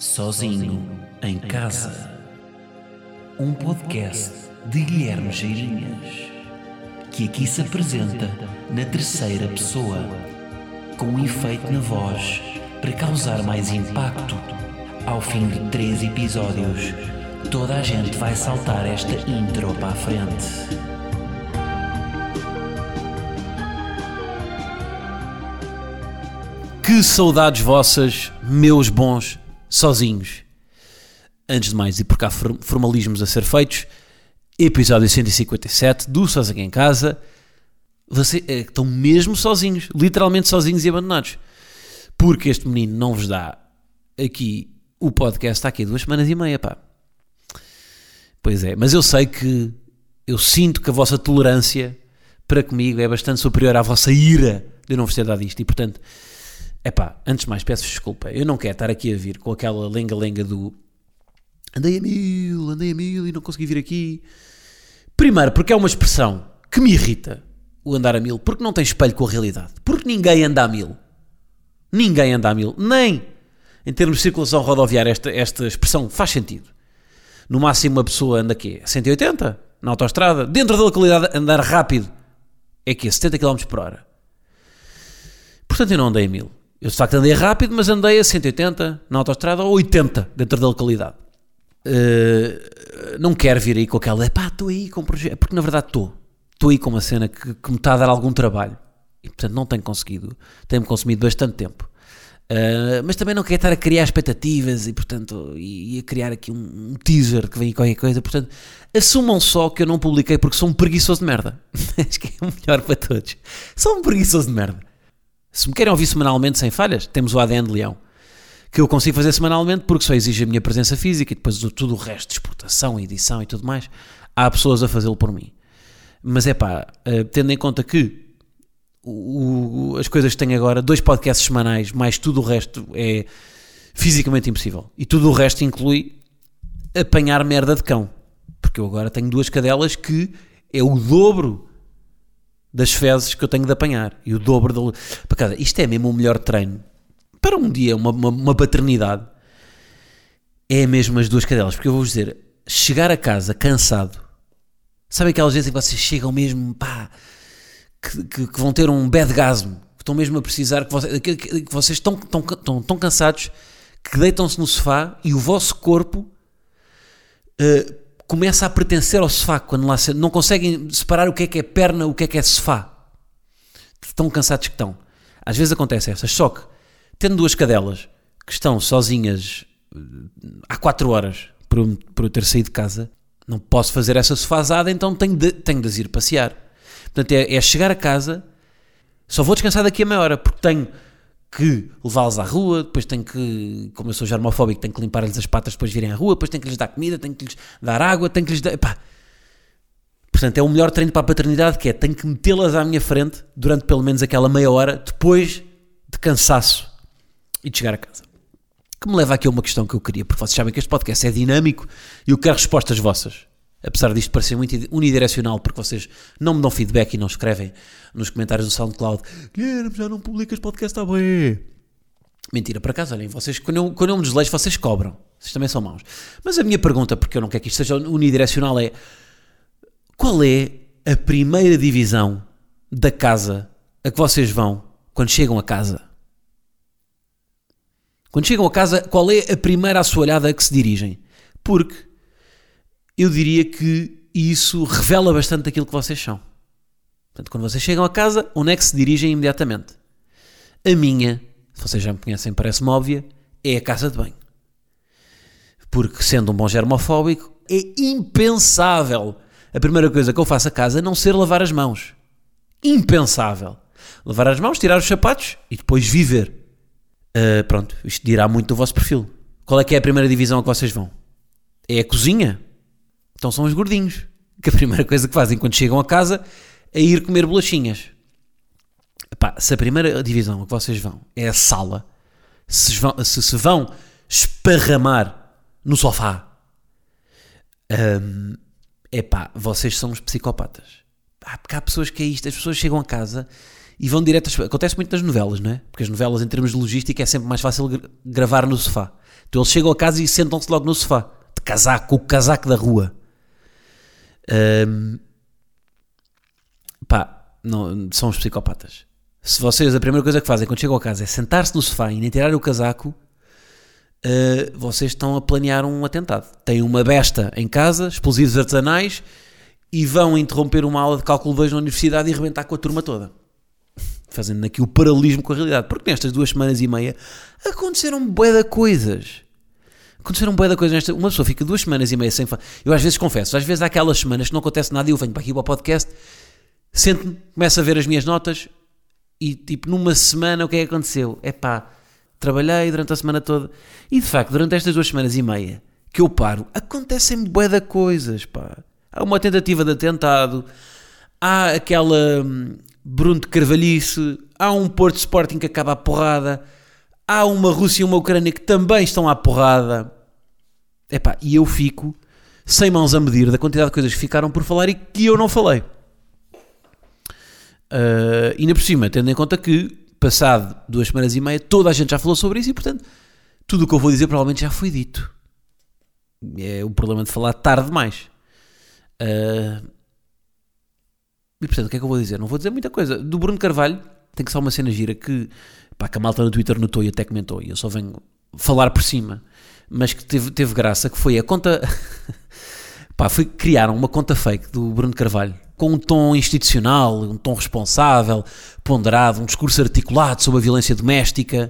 Sozinho em Casa. Um podcast de Guilherme Geirinhas, que aqui se apresenta na terceira pessoa, com um efeito na voz para causar mais impacto. Ao fim de 3 episódios, toda a gente vai saltar esta intro para a frente. Que saudades vossas, meus bons sozinhos. Antes de mais, e porque há formalismos a ser feitos, episódio 157 do Sozinho em Casa. Vocês estão mesmo sozinhos, literalmente sozinhos e abandonados. Porque este menino não vos dá aqui o podcast, está aqui 2 semanas e meia, pá. Pois é, mas eu sei que, eu sinto que a vossa tolerância para comigo é bastante superior à vossa ira de eu não vos ter dado isto. E portanto, epá, antes de mais peço desculpa, eu não quero estar aqui a vir com aquela lenga-lenga do andei a mil e não consegui vir aqui. Primeiro, porque é uma expressão que me irrita, o andar a mil, porque não tem espelho com a realidade, porque ninguém anda a mil, nem em termos de circulação rodoviária esta expressão faz sentido. No máximo uma pessoa anda aqui a 180 na autoestrada, dentro da localidade andar rápido é que 70 km por hora. Portanto eu não andei a 1000. Eu de facto andei rápido, mas andei a 180 na autoestrada ou 80 dentro da localidade. Não quero vir aí com aquela, pá, estou aí com um projeto, porque na verdade estou aí com uma cena que me está a dar algum trabalho e portanto não tenho conseguido, tem-me consumido bastante tempo. Mas também não quero estar a criar expectativas e portanto e a criar aqui um teaser que vem aí qualquer coisa, portanto assumam só que eu não publiquei porque sou um preguiçoso de merda. Acho que é o melhor para todos, sou um preguiçoso de merda. Se me querem ouvir semanalmente sem falhas, temos o ADN de Leão, que eu consigo fazer semanalmente porque só exige a minha presença física e depois tudo o resto de exportação, edição e tudo mais, há pessoas a fazê-lo por mim. Mas é pá, tendo em conta que as coisas que tenho agora, 2 podcasts semanais, mais tudo o resto é fisicamente impossível. E tudo o resto inclui apanhar merda de cão. Porque eu agora tenho 2 cadelas que é o dobro das fezes que eu tenho de apanhar. E o dobro para cada. Isto é mesmo o melhor treino. Para um dia, uma paternidade, é mesmo as 2 cadelas. Porque eu vou-vos dizer, chegar a casa cansado, sabem aquelas vezes em que vocês chegam mesmo, pá, que vão ter um badgasm, que estão mesmo a precisar, que vocês estão cansados, que deitam-se no sofá e o vosso corpo começa a pertencer ao sofá, quando lá não conseguem separar o que é perna, o que é sofá. Tão cansados que estão. Às vezes acontece essas, só que tendo 2 cadelas que estão sozinhas há 4 horas por eu ter saído de casa, não posso fazer essa sofazada, então tenho de as ir passear. Portanto, é chegar a casa, só vou descansar daqui a meia hora, porque tenho que levá-los à rua, depois tenho que, como eu sou germofóbico, tenho que limpar-lhes as patas depois de virem à rua, depois tenho que lhes dar comida, tenho que lhes dar água, tenho que lhes dar... Epá. Portanto, é o melhor treino para a paternidade, que é, tenho que metê-las à minha frente durante pelo menos aquela meia hora, depois de cansaço e de chegar a casa. Que me leva aqui a uma questão que eu queria, porque vocês sabem que este podcast é dinâmico e eu quero respostas vossas. Apesar disto parecer muito unidirecional, porque vocês não me dão feedback e não escrevem nos comentários do SoundCloud, Guilherme, já não publicas podcast à bué. Mentira, por acaso, olhem, vocês, quando eu me desleixo, vocês cobram. Vocês também são maus. Mas a minha pergunta, porque eu não quero que isto seja unidirecional, é: qual é a primeira divisão da casa a que vocês vão quando chegam a casa? Quando chegam a casa, qual é a primeira assoalhada a que se dirigem? Porque eu diria que isso revela bastante aquilo que vocês são. Portanto, quando vocês chegam a casa, onde é que se dirigem imediatamente? A minha, se vocês já me conhecem, parece-me óbvia, é a casa de banho. Porque, sendo um bom germofóbico, é impensável a primeira coisa que eu faço a casa não ser lavar as mãos. Impensável. Lavar as mãos, tirar os sapatos e depois viver. Pronto, isto dirá muito do vosso perfil. Qual é que é a primeira divisão a que vocês vão? É a cozinha? Então são os gordinhos, que a primeira coisa que fazem quando chegam a casa é ir comer bolachinhas. Epá, se a primeira divisão a que vocês vão é a sala, se vão esparramar no sofá, epá, vocês são os psicopatas. Porque há pessoas que é isto, as pessoas chegam a casa e vão direto. Acontece muito nas novelas, não é? Porque as novelas, em termos de logística, é sempre mais fácil gravar no sofá. Então eles chegam a casa e sentam-se logo no sofá, de casaco, com o casaco da rua. Não, são os psicopatas. Se vocês, a primeira coisa que fazem quando chegam a casa é sentar-se no sofá e nem tirar o casaco, vocês estão a planear um atentado. Têm uma besta em casa, explosivos artesanais, e vão interromper uma aula de cálculo 2 na universidade e arrebentar com a turma toda. Fazendo aqui o paralelismo com a realidade. Porque nestas 2 semanas e meia aconteceram bué de coisas. Uma pessoa fica 2 semanas e meia sem falar. Eu às vezes confesso, às vezes há aquelas semanas que não acontece nada e eu venho para aqui para o podcast, sento-me, começo a ver as minhas notas e tipo numa semana o que é que aconteceu? Trabalhei durante a semana toda e de facto durante estas 2 semanas e meia que eu paro, acontecem bué de coisas, pá. Há uma tentativa de atentado, há aquela Bruno de Carvalhice, há um Porto Sporting que acaba à porrada, há uma Rússia e uma Ucrânia que também estão à porrada. E eu fico sem mãos a medir da quantidade de coisas que ficaram por falar e que eu não falei. E ainda por cima, tendo em conta que, passado 2 semanas e meia, toda a gente já falou sobre isso e, portanto, tudo o que eu vou dizer provavelmente já foi dito. É o problema de falar tarde demais. E portanto, o que é que eu vou dizer? Não vou dizer muita coisa. Do Bruno Carvalho, tem que ser uma cena gira que a malta no Twitter notou e até comentou, e eu só venho falar por cima, mas que teve graça, que foi a conta... criaram uma conta fake do Bruno Carvalho, com um tom institucional, um tom responsável, ponderado, um discurso articulado sobre a violência doméstica,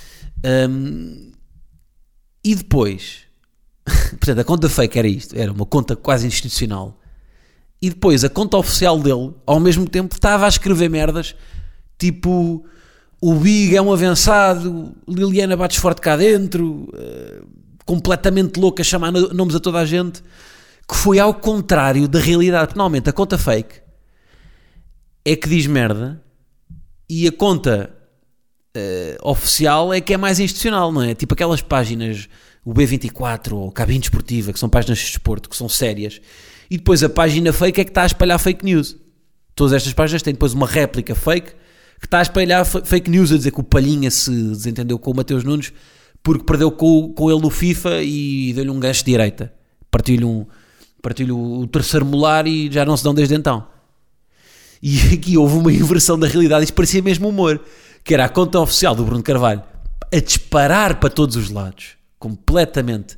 e depois... Portanto, a conta fake era isto, era uma conta quase institucional, e depois a conta oficial dele, ao mesmo tempo, estava a escrever merdas, tipo, o Big é um avançado, Liliana bates forte cá dentro, completamente louca, a chamar nomes a toda a gente, que foi ao contrário da realidade. Porque, normalmente, a conta fake é que diz merda, e a conta oficial é que é mais institucional, não é? Tipo aquelas páginas, o B24 ou Cabine Desportiva, que são páginas de desporto, que são sérias, e depois a página fake é que está a espalhar fake news. Todas estas páginas têm depois uma réplica fake que está a espalhar fake news, a dizer que o Palhinha se desentendeu com o Mateus Nunes porque perdeu com ele no FIFA e deu-lhe um gancho de direita. Partiu-lhe o terceiro molar e já não se dão desde então. E aqui houve uma inversão da realidade. Isto parecia mesmo humor, que era a conta oficial do Bruno Carvalho a disparar para todos os lados, completamente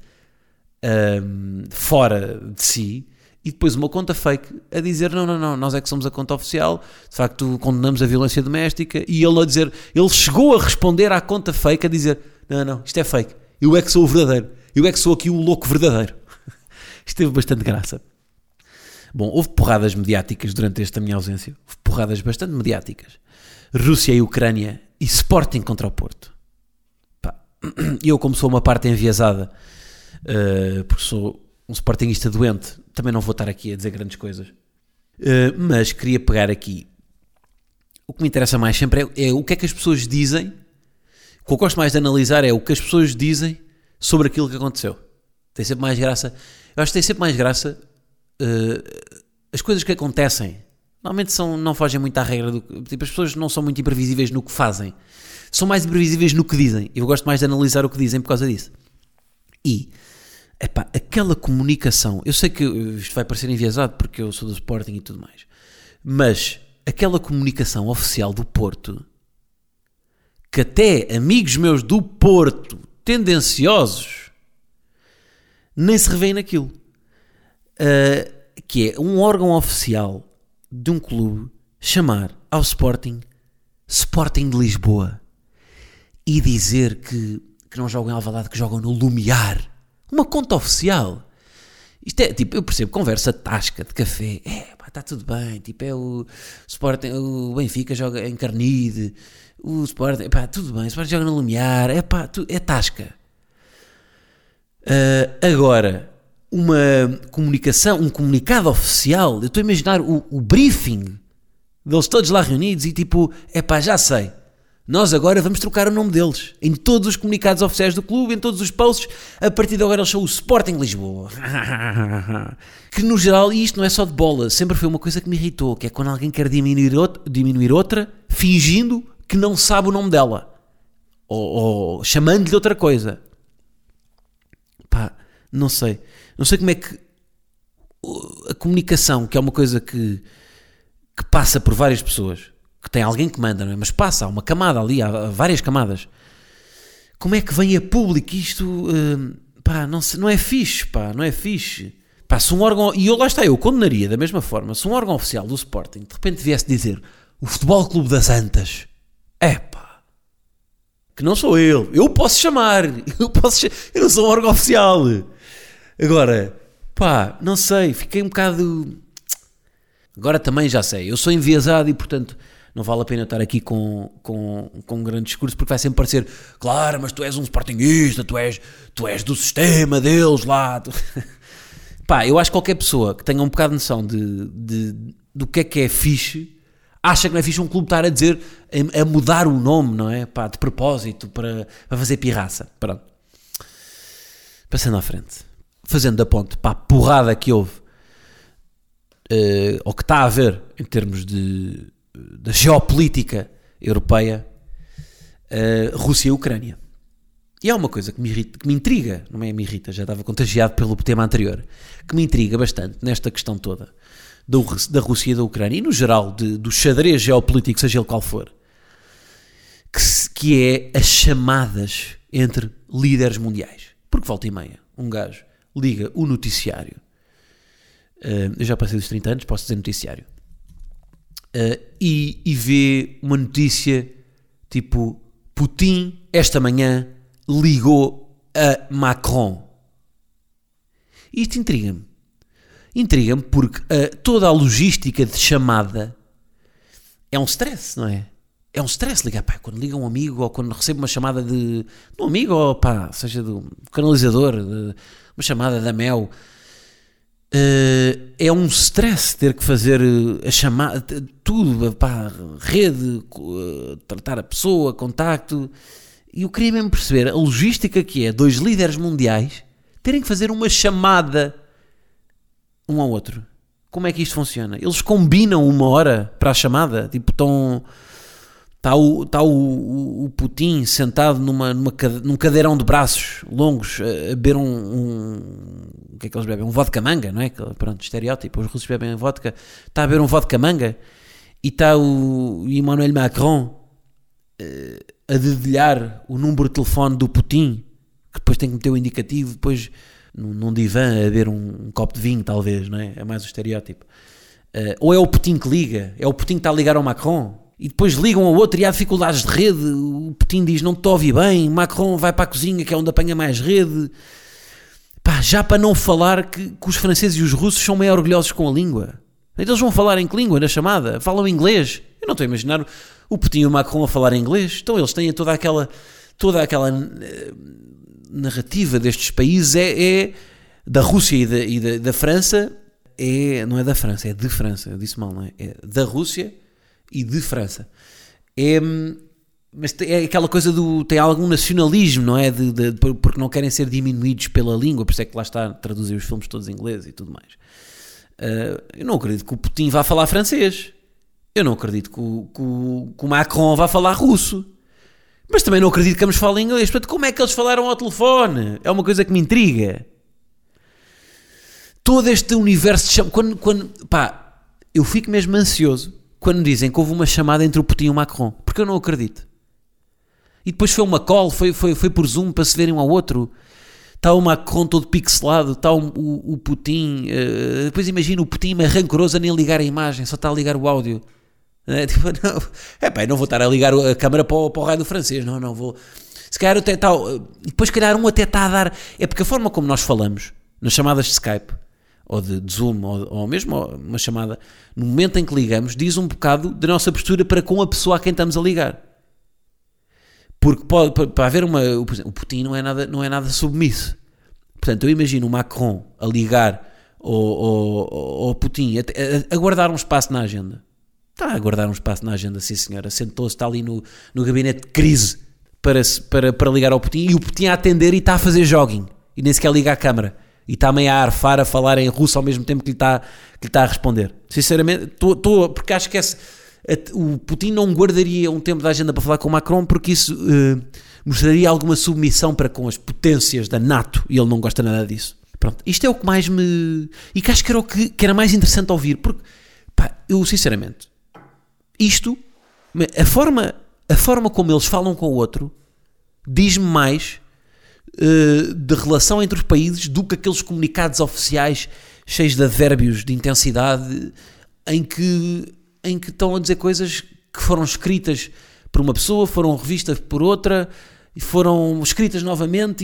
fora de si, e depois uma conta fake a dizer não, nós é que somos a conta oficial, de facto condenamos a violência doméstica, e ele chegou a responder à conta fake a dizer não, isto é fake, eu é que sou o verdadeiro, eu é que sou aqui o louco verdadeiro. Isto teve bastante graça. Bom, houve porradas mediáticas durante esta minha ausência, houve porradas bastante mediáticas. Rússia e Ucrânia e Sporting contra o Porto. Eu, como sou uma parte enviesada, porque sou um sportinguista doente, também não vou estar aqui a dizer grandes coisas, mas queria pegar aqui. O que me interessa mais sempre é o que é que as pessoas dizem. O que eu gosto mais de analisar é o que as pessoas dizem sobre aquilo que aconteceu. Tem sempre mais graça. Eu acho que tem sempre mais graça as coisas que acontecem. Normalmente não fogem muito à regra tipo, as pessoas não são muito imprevisíveis no que fazem, são mais imprevisíveis no que dizem. Eu gosto mais de analisar o que dizem por causa disso. E aquela comunicação, eu sei que isto vai parecer enviesado porque eu sou do Sporting e tudo mais, mas aquela comunicação oficial do Porto, que até amigos meus do Porto, tendenciosos, nem se revêem naquilo, que é um órgão oficial de um clube chamar ao Sporting de Lisboa e dizer que não jogam em Alvalade, que jogam no Lumiar. Uma conta oficial. Isto é, tipo, eu percebo, conversa tasca de café, está tudo bem, tipo, é o Sporting, o Benfica joga em Carnide, o Sporting, tudo bem, o Sporting joga no Lumiar, é tasca. Agora, uma comunicação, um comunicado oficial, eu estou a imaginar o briefing deles todos lá reunidos e tipo, já sei, Nós agora vamos trocar o nome deles. Em todos os comunicados oficiais do clube, em todos os posts, a partir de agora eles são o Sporting Lisboa. Que no geral, e isto não é só de bola, sempre foi uma coisa que me irritou, que é quando alguém quer diminuir outra, fingindo que não sabe o nome dela. Ou chamando-lhe outra coisa. Pá, não sei. Não sei como é que a comunicação, que é uma coisa que passa por várias pessoas, que tem alguém que manda, não é? Mas passa, há uma camada ali, há várias camadas. Como é que vem a público isto? Pá, não é fixe, pá, não é fixe. Pá, se um órgão, e eu lá está, eu condenaria da mesma forma, se um órgão oficial do Sporting de repente viesse dizer o Futebol Clube das Antas, pá, que não sou eu posso chamar, eu não sou um órgão oficial. Agora, pá, não sei, fiquei um bocado... Agora também já sei, eu sou enviesado e portanto não vale a pena estar aqui com um grande discurso, porque vai sempre parecer, claro, mas tu és um sportinguista, tu és do sistema deles lá. Pá, eu acho que qualquer pessoa que tenha um bocado de noção do que é fixe, acha que não é fixe um clube estar a dizer, a mudar o nome, não é? Pá, de propósito, para fazer pirraça. Pronto. Passando à frente. Fazendo da ponte para a porrada que houve, ou que está a haver em termos da geopolítica europeia, Rússia e Ucrânia. E há uma coisa que me irrita, que me intriga, não é me irrita, já estava contagiado pelo tema anterior, que me intriga bastante nesta questão toda da Rússia e da Ucrânia, e no geral do xadrez geopolítico, seja ele qual for, que é as chamadas entre líderes mundiais. Porque volta e meia, um gajo liga o noticiário, eu já passei dos 30 anos, posso dizer noticiário, e vê uma notícia tipo, Putin esta manhã ligou a Macron. Isto intriga-me. Intriga-me porque toda a logística de chamada é um stress, não é? É um stress ligar, pá, quando liga um amigo ou quando recebe uma chamada de um amigo ou pá, seja do canalizador, uma chamada da Mel, é um stress ter que fazer a chamada, tudo, pá, rede, tratar a pessoa, contacto. E eu queria mesmo perceber a logística que é dois líderes mundiais terem que fazer uma chamada um ao outro. Como é que isto funciona? Eles combinam uma hora para a chamada? Tipo, está o Putin sentado num cadeirão de braços longos a beber o que é que eles bebem? Um vodka manga, não é? Pronto, estereótipo, os russos bebem vodka. Está a beber um vodka manga e está o Emmanuel Macron a dedilhar o número de telefone do Putin, que depois tem que meter o indicativo, depois num divã a beber um copo de vinho, talvez, não é? É mais o estereótipo. Ou é o Putin que liga, é o Putin que está a ligar ao Macron, e depois ligam ao outro e há dificuldades de rede, o Putin diz, não te ouvi bem, Macron vai para a cozinha que é onde apanha mais rede. Pá, já para não falar que os franceses e os russos são meio orgulhosos com a língua. Então eles vão falar em que língua na chamada? Falam inglês? Eu não estou a imaginar o Putin e o Macron a falar inglês. Então eles têm toda aquela narrativa destes países é da Rússia e da França, não é da França, é de França, eu disse mal, não é? É da Rússia e de França. Mas é aquela coisa tem algum nacionalismo, não é? Porque não querem ser diminuídos pela língua, por isso é que lá está a traduzir os filmes todos em inglês e tudo mais. Eu não acredito que o Putin vá falar francês. Eu não acredito que o Macron vá falar russo. Mas também não acredito que eles falem inglês. Portanto, como é que eles falaram ao telefone? É uma coisa que me intriga. Todo este universo de chamadas... Pá, eu fico mesmo ansioso quando dizem que houve uma chamada entre o Putin e o Macron. Porque eu não acredito. E depois foi uma call, foi por Zoom para se verem um ao outro. Está o Macron todo pixelado, está o Putin... depois imagina o Putin rancoroso a nem ligar a imagem, só está a ligar o áudio. Tipo, não vou estar a ligar a câmera para o raio do francês, não vou. Se calhar até está, depois, se calhar, um até está a dar. É porque a forma como nós falamos nas chamadas de Skype ou de Zoom, ou mesmo uma chamada, no momento em que ligamos, diz um bocado da nossa postura para com a pessoa a quem estamos a ligar. Porque para haver o Putin não é nada submisso. Portanto, eu imagino o Macron a ligar ao Putin, a guardar um espaço na agenda. Está a guardar um espaço na agenda, sim senhora. Sentou-se, está ali no gabinete de crise para ligar ao Putin, e o Putin a atender e está a fazer jogging. E nem sequer liga à câmara. E está meio a arfar, a falar em russo ao mesmo tempo que lhe está a responder. Sinceramente, porque acho que o Putin não guardaria um tempo da agenda para falar com o Macron, porque isso mostraria alguma submissão para com as potências da NATO, e ele não gosta nada disso. Pronto, isto é o que mais me... E que acho que era o que era mais interessante ouvir, porque, pá, eu sinceramente, isto, a forma como eles falam com o outro, diz-me mais de relação entre os países do que aqueles comunicados oficiais cheios de advérbios de intensidade em que estão a dizer coisas que foram escritas por uma pessoa, foram revistas por outra, e foram escritas novamente,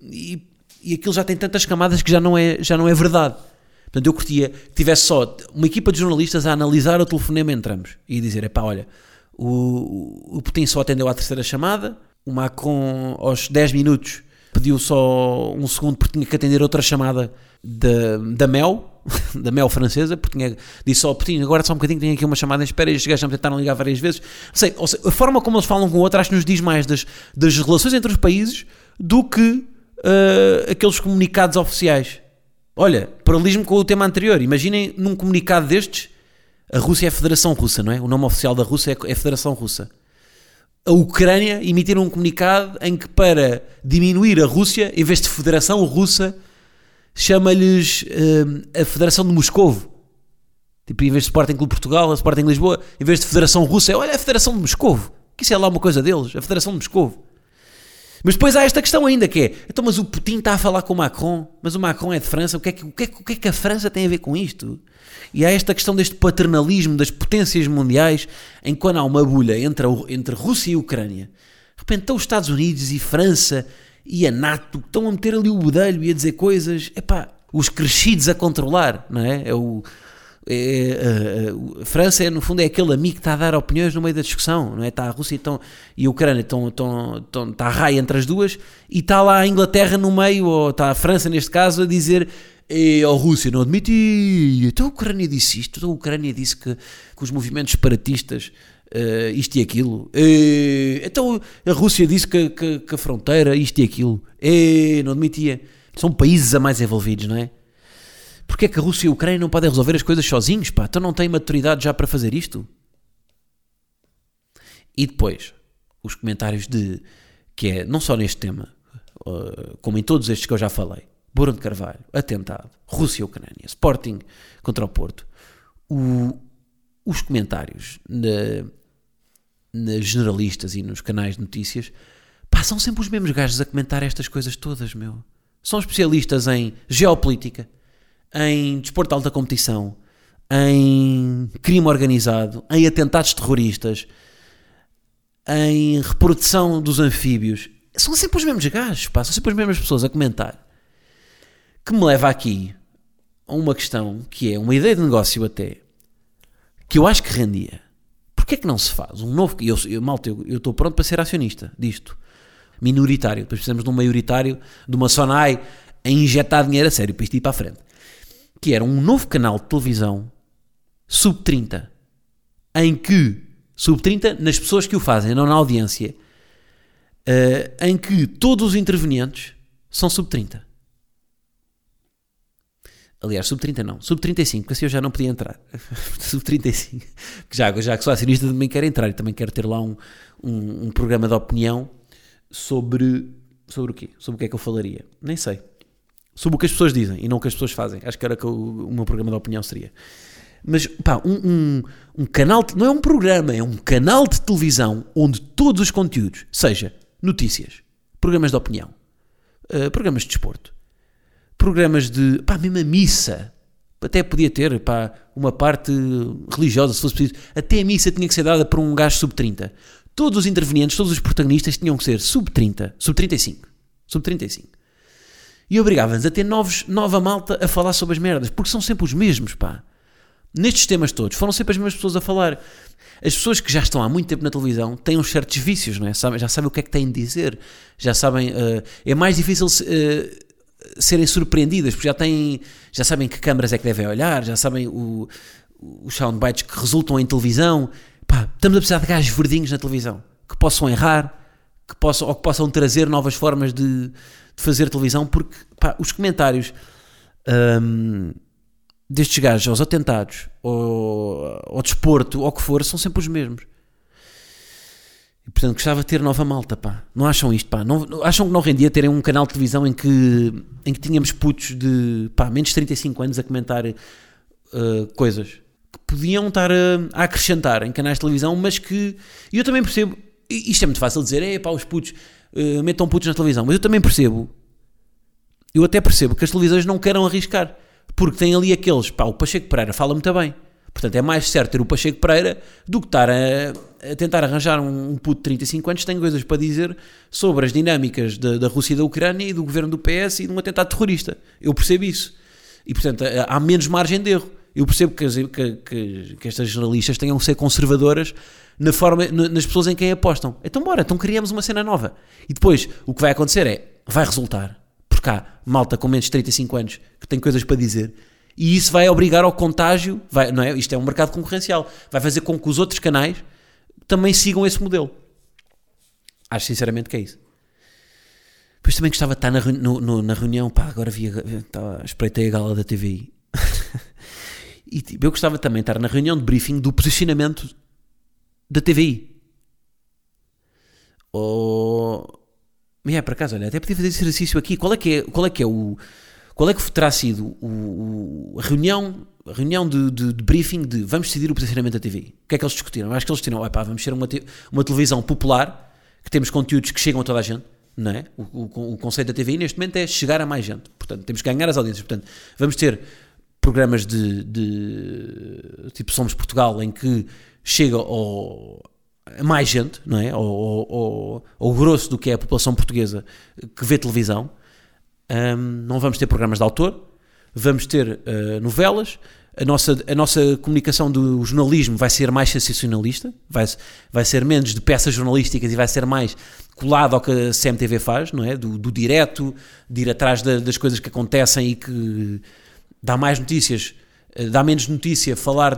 e aquilo já tem tantas camadas que já não é verdade. Portanto, eu curtia que tivesse só uma equipa de jornalistas a analisar o telefonema entre ambos e dizer, olha, o Putin só atendeu à terceira chamada, o Macron aos 10 minutos pediu só um segundo porque tinha que atender outra chamada da Mel, da Mel francesa, porque disse ao Putin, agora só um bocadinho, tenho aqui uma chamada em espera, e estes gajos já me tentaram ligar várias vezes. Ou seja, a forma como eles falam com o outro acho que nos diz mais das relações entre os países do que aqueles comunicados oficiais. Olha, paralelismo com o tema anterior, imaginem num comunicado destes, a Rússia é a Federação Russa, não é? O nome oficial da Rússia é a Federação Russa. A Ucrânia emitiram um comunicado em que, para diminuir a Rússia, em vez de Federação Russa, chama-lhes a Federação de Moscovo. Tipo, em vez de Sporting Clube Portugal, a Sporting Lisboa, em vez de Federação Russa, olha a Federação de Moscovo. Que isso é lá uma coisa deles, a Federação de Moscovo. Mas depois há esta questão ainda, que é, então, mas o Putin está a falar com o Macron, mas o Macron é de França, o que é que a França tem a ver com isto? E há esta questão deste paternalismo das potências mundiais, em que quando há uma bolha entre Rússia e Ucrânia, de repente estão os Estados Unidos e França e a NATO, que estão a meter ali o bedelho e a dizer coisas, os crescidos a controlar, não é? A França, no fundo, é aquele amigo que está a dar opiniões no meio da discussão, não é? Está a Rússia e a Ucrânia, está a raia entre as duas, e está lá a Inglaterra no meio, ou está a França neste caso, a dizer, a Rússia não admite, então a Ucrânia disse isto, então a Ucrânia disse que os movimentos separatistas, isto e aquilo, então a Rússia disse que a fronteira, isto e aquilo, não admitia. São países a mais envolvidos, não é? Porque é que a Rússia e a Ucrânia não podem resolver as coisas sozinhos, pá? Então não têm maturidade já para fazer isto? E depois, os comentários que é, não só neste tema, como em todos estes que eu já falei, Bourão de Carvalho, atentado, Rússia e Ucrânia, Sporting contra o Porto, os comentários nas generalistas e nos canais de notícias, pá, são sempre os mesmos gajos a comentar estas coisas todas, meu. São especialistas em geopolítica, em desporto de alta competição, em crime organizado, em atentados terroristas, em reprodução dos anfíbios. São sempre os mesmos gajos, pá, são sempre as mesmas pessoas a comentar. Que me leva aqui a uma questão que é uma ideia de negócio até, que eu acho que rendia. Porquê é que não se faz um novo... Eu estou pronto para ser acionista disto. Minoritário. Depois precisamos de um maioritário, de uma Sonai, a injetar dinheiro a sério para isto ir para a frente. Que era um novo canal de televisão sub-30, em que, sub-30 nas pessoas que o fazem, não na audiência, em que todos os intervenientes são sub-30. Aliás, sub-30 não, sub-35, porque assim eu já não podia entrar. Sub-35, já que sou acionista também quero entrar e também quero ter lá um programa de opinião sobre o quê? Sobre o que é que eu falaria? Nem sei. Sobre o que as pessoas dizem e não o que as pessoas fazem. Acho que era que o meu programa de opinião seria. Mas, pá, um canal... Não é um programa, é um canal de televisão onde todos os conteúdos, seja notícias, programas de opinião, programas de desporto, programas de... Pá, mesmo a missa. Até podia ter, pá, uma parte religiosa, se fosse preciso. Até a missa tinha que ser dada por um gajo sub-30. Todos os intervenientes, todos os protagonistas tinham que ser sub-30, sub-35. Sub-35. E obrigava-nos a ter nova malta a falar sobre as merdas, porque são sempre os mesmos, pá. Nestes temas todos, foram sempre as mesmas pessoas a falar. As pessoas que já estão há muito tempo na televisão têm uns certos vícios, não é? Já sabem o que é que têm de dizer, já sabem... é mais difícil serem surpreendidas, porque já sabem que câmaras é que devem olhar, já sabem os soundbites que resultam em televisão. Pá, estamos a precisar de gajos verdinhos na televisão, que possam errar, que possam trazer novas formas de fazer televisão, porque pá, os comentários destes gajos aos atentados, ao desporto, ou o que for, são sempre os mesmos. E, portanto, gostava de ter nova malta, pá. Não acham isto, pá? Não, acham que não rendia terem um canal de televisão em que tínhamos putos de, pá, menos de 35 anos a comentar coisas que podiam estar a acrescentar em canais de televisão, mas que... E eu também percebo... Isto é muito fácil de dizer, pá, os putos metam putos na televisão, mas eu também percebo... Eu até percebo que as televisões não queiram arriscar, porque tem ali aqueles... Pá, o Pacheco Pereira fala muito bem. Portanto, é mais certo ter o Pacheco Pereira do que estar a tentar arranjar um puto de 35 anos que tem coisas para dizer sobre as dinâmicas da Rússia e da Ucrânia e do governo do PS e de um atentado terrorista. Eu percebo isso. E, portanto, há menos margem de erro. Eu percebo que estas jornalistas tenham que ser conservadoras nas pessoas em quem apostam. Então, bora, então criamos uma cena nova. E depois, o que vai acontecer vai resultar. Porque há malta com menos de 35 anos que tem coisas para dizer. E isso vai obrigar ao contágio, não é? Isto é um mercado concorrencial, vai fazer com que os outros canais também sigam esse modelo. Acho sinceramente que é isso. Depois também gostava de estar na reunião, pá, agora espreitei a gala da TVI. E tipo, eu gostava também de estar na reunião de briefing do posicionamento da TVI. Por acaso, olha, até podia fazer esse exercício aqui. Qual é que terá sido a reunião de briefing de vamos decidir o posicionamento da TVI? O que é que eles discutiram? Eu acho que eles discutiram, vamos ser uma televisão popular, que temos conteúdos que chegam a toda a gente, não é? O conceito da TVI neste momento é chegar a mais gente. Portanto, temos que ganhar as audiências. Portanto, vamos ter programas de tipo Somos Portugal, em que chega a mais gente, não é? Ao grosso do que é a população portuguesa que vê televisão. Não vamos ter programas de autor, vamos ter novelas. A nossa comunicação do jornalismo vai ser mais sensacionalista, vai ser menos de peças jornalísticas e vai ser mais colado ao que a CMTV faz, não é? Do direto, de ir atrás das coisas que acontecem e que dá mais notícias, dá menos notícia falar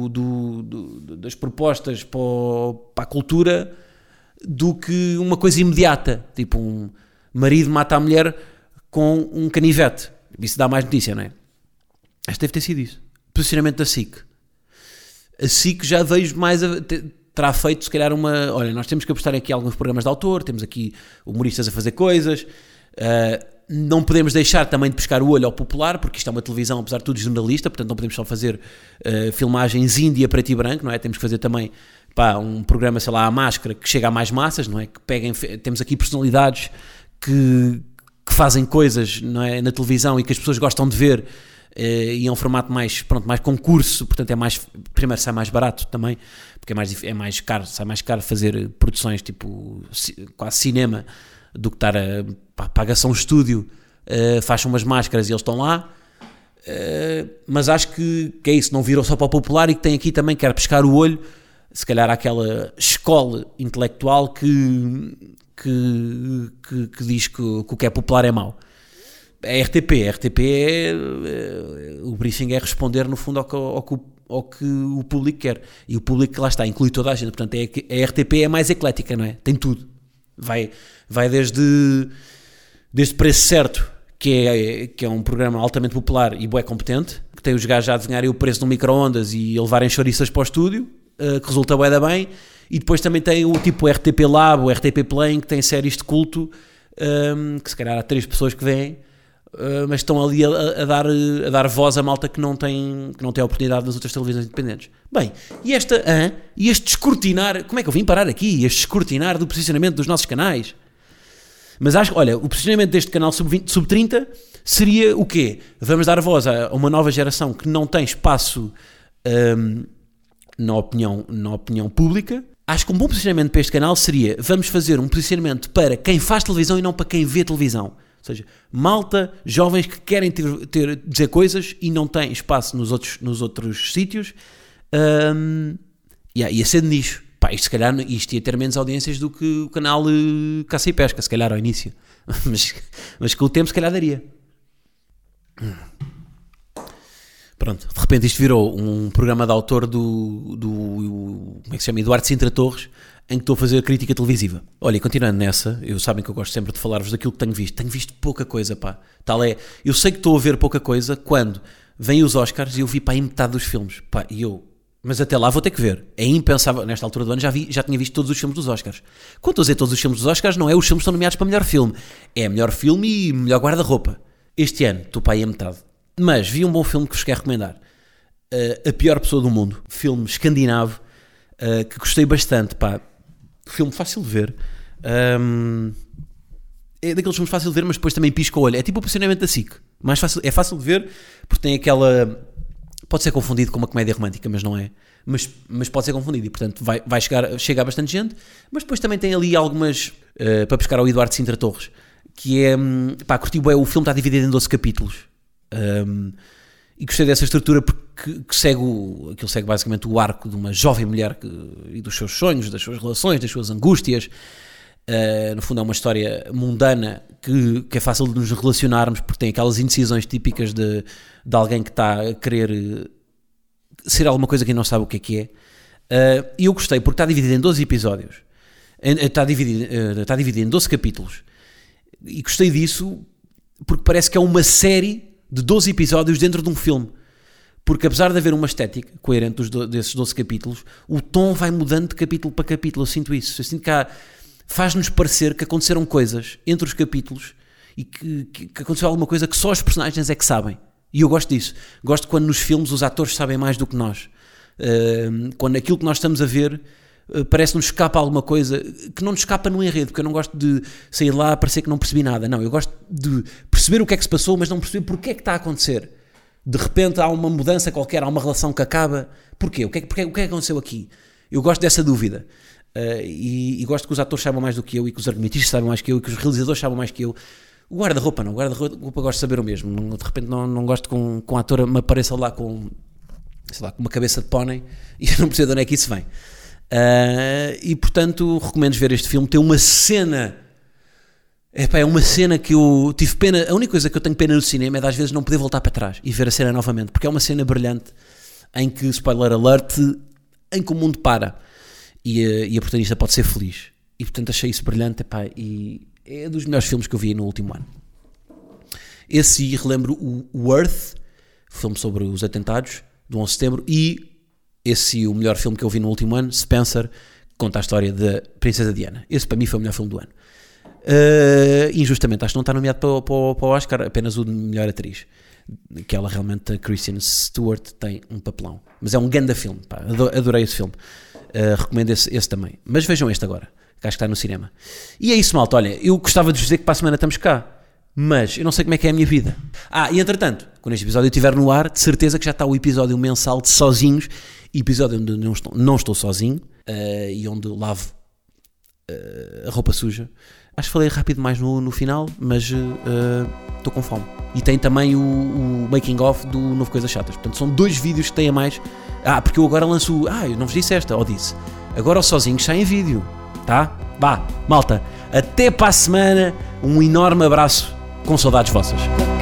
das propostas para a cultura do que uma coisa imediata, tipo um marido mata a mulher com um canivete. Isso dá mais notícia, não é? Acho que deve ter sido isso. Posicionamento da SIC. A SIC já vejo mais... terá feito, se calhar, olha, nós temos que apostar aqui alguns programas de autor, temos aqui humoristas a fazer coisas, não podemos deixar também de pescar o olho ao popular, porque isto é uma televisão, apesar de tudo, jornalista, portanto não podemos só fazer filmagens índia preto e branco, não é? Temos que fazer também um programa, sei lá, à máscara, que chega a mais massas, não é? Temos aqui personalidades que fazem coisas, não é, na televisão e que as pessoas gostam de ver, e é um formato mais concurso, portanto primeiro sai mais barato também, porque é mais caro, sai mais caro fazer produções tipo quase cinema do que estar paga-se a um estúdio, faz umas máscaras e eles estão lá, mas acho que é isso, não virou só para o popular e que tem aqui também, quer pescar o olho, se calhar aquela escola intelectual que diz que o que é popular é mau. A RTP o briefing é responder no fundo ao que o público quer, e o público, lá está, inclui toda a gente, portanto a RTP é mais eclética, não é? Tem tudo, vai desde Preço Certo, que é um programa altamente popular e bué competente, que tem os gajos a adivinharem o preço de um micro-ondas e a levarem chouriças para o estúdio, que resulta bué da bem, e depois também tem o tipo RTP Lab, o RTP Play, que tem séries de culto, que se calhar há 3 pessoas que vêm, mas estão ali a dar voz a malta que não tem oportunidade nas outras televisões independentes. Bem, e este escrutinar, como é que eu vim parar aqui? Este escrutinar do posicionamento dos nossos canais. Mas olha, o posicionamento deste canal sub-30 seria o quê? Vamos dar voz a uma nova geração que não tem espaço na opinião pública. Acho que um bom posicionamento para este canal seria: vamos fazer um posicionamento para quem faz televisão e não para quem vê televisão. Ou seja, malta, jovens que querem dizer coisas e não têm espaço nos outros sítios, ia ser de nicho. Isto ia ter menos audiências do que o canal Caça e Pesca, se calhar ao início, mas com o tempo se calhar daria. Pronto, de repente isto virou um programa de autor do como é que se chama? Eduardo Sintra Torres, em que estou a fazer crítica televisiva. Olha, e continuando nessa, sabem que eu gosto sempre de falar-vos daquilo que tenho visto. Tenho visto pouca coisa, pá. Tal é, eu sei que estou a ver pouca coisa quando vêm os Oscars e eu vi, pá, em metade dos filmes. Pá, mas até lá vou ter que ver. É impensável, nesta altura do ano já tinha visto todos os filmes dos Oscars. Quando estou a dizer todos os filmes dos Oscars, não é os filmes que estão nomeados para melhor filme. É melhor filme e melhor guarda-roupa. Este ano, estou para aí a metade. Mas vi um bom filme que vos quero recomendar. A Pior Pessoa do Mundo. Filme escandinavo que gostei bastante, pá. Filme fácil de ver. É daqueles filmes fácil de ver, mas depois também pisca o olho. É tipo o posicionamento da SIC. É fácil de ver porque tem aquela... Pode ser confundido com uma comédia romântica, mas não é. Mas pode ser confundido e, portanto, chega a bastante gente. Mas depois também tem ali algumas... para buscar ao Eduardo Sintra Torres, que é... Pá, curti bem, o filme está dividido em 12 capítulos. E gostei dessa estrutura porque aquilo segue basicamente o arco de uma jovem mulher e dos seus sonhos, das suas relações, das suas angústias. No fundo é uma história mundana que é fácil de nos relacionarmos porque tem aquelas indecisões típicas de alguém que está a querer ser alguma coisa que não sabe o que é. E eu gostei porque está dividido em 12 episódios, está dividido em 12 capítulos, e gostei disso porque parece que é uma série de 12 episódios dentro de um filme, porque apesar de haver uma estética coerente desses 12 capítulos, o tom vai mudando de capítulo para capítulo. Eu sinto isso, que faz-nos parecer que aconteceram coisas entre os capítulos e que aconteceu alguma coisa que só os personagens é que sabem, e eu gosto disso. Gosto quando nos filmes os atores sabem mais do que nós, quando aquilo que nós estamos a ver parece-nos escapa alguma coisa que não nos escapa no enredo, porque eu não gosto de sair lá a parecer que não percebi nada. Não, eu gosto de perceber o que é que se passou, mas não perceber porque é que está a acontecer. De repente há uma mudança qualquer, há uma relação que acaba. Porquê? O que é que aconteceu aqui? Eu gosto dessa dúvida. E gosto que os atores saibam mais do que eu, e que os argumentistas saibam mais que eu, e que os realizadores saibam mais que eu. O guarda-roupa não, o guarda-roupa gosto de saber o mesmo. De repente não gosto que um ator me apareça lá com uma cabeça de pônei e eu não percebo de onde é que isso vem. E portanto recomendo ver este filme. Tem uma cena, é uma cena que eu tive pena. A única coisa que eu tenho pena no cinema é de às vezes não poder voltar para trás e ver a cena novamente, porque é uma cena brilhante em que, spoiler alert, em que o mundo para e a protagonista pode ser feliz, e portanto achei isso brilhante, e é dos melhores filmes que eu vi no último ano. Esse, relembro, o Earth, filme sobre os atentados do 11 de setembro, e esse, o melhor filme que eu vi no último ano, Spencer, que conta a história da Princesa Diana. Esse para mim foi o melhor filme do ano. Injustamente, acho que não está nomeado para o Oscar, apenas o de melhor atriz, que ela realmente, a Kristen Stewart, tem um papelão. Mas é um ganda filme, adorei esse filme. Recomendo esse também. Mas vejam este agora, que acho que está no cinema. E é isso, malta. Olha, eu gostava de vos dizer que para a semana estamos cá, mas eu não sei como é que é a minha vida. E entretanto, quando este episódio estiver no ar, de certeza que já está o episódio mensal de Sozinhos, episódio onde não estou sozinho, e onde lavo a roupa suja. Acho que falei rápido mais no final, mas estou com fome. E tem também o making of do Novo Coisas Chatas. Portanto, são 2 vídeos que têm a mais. Porque eu agora lanço... eu não vos disse esta, ou disse. Agora o Sozinhos sai em vídeo, tá? Vá, malta, até para a semana. Um enorme abraço, com saudades vossas.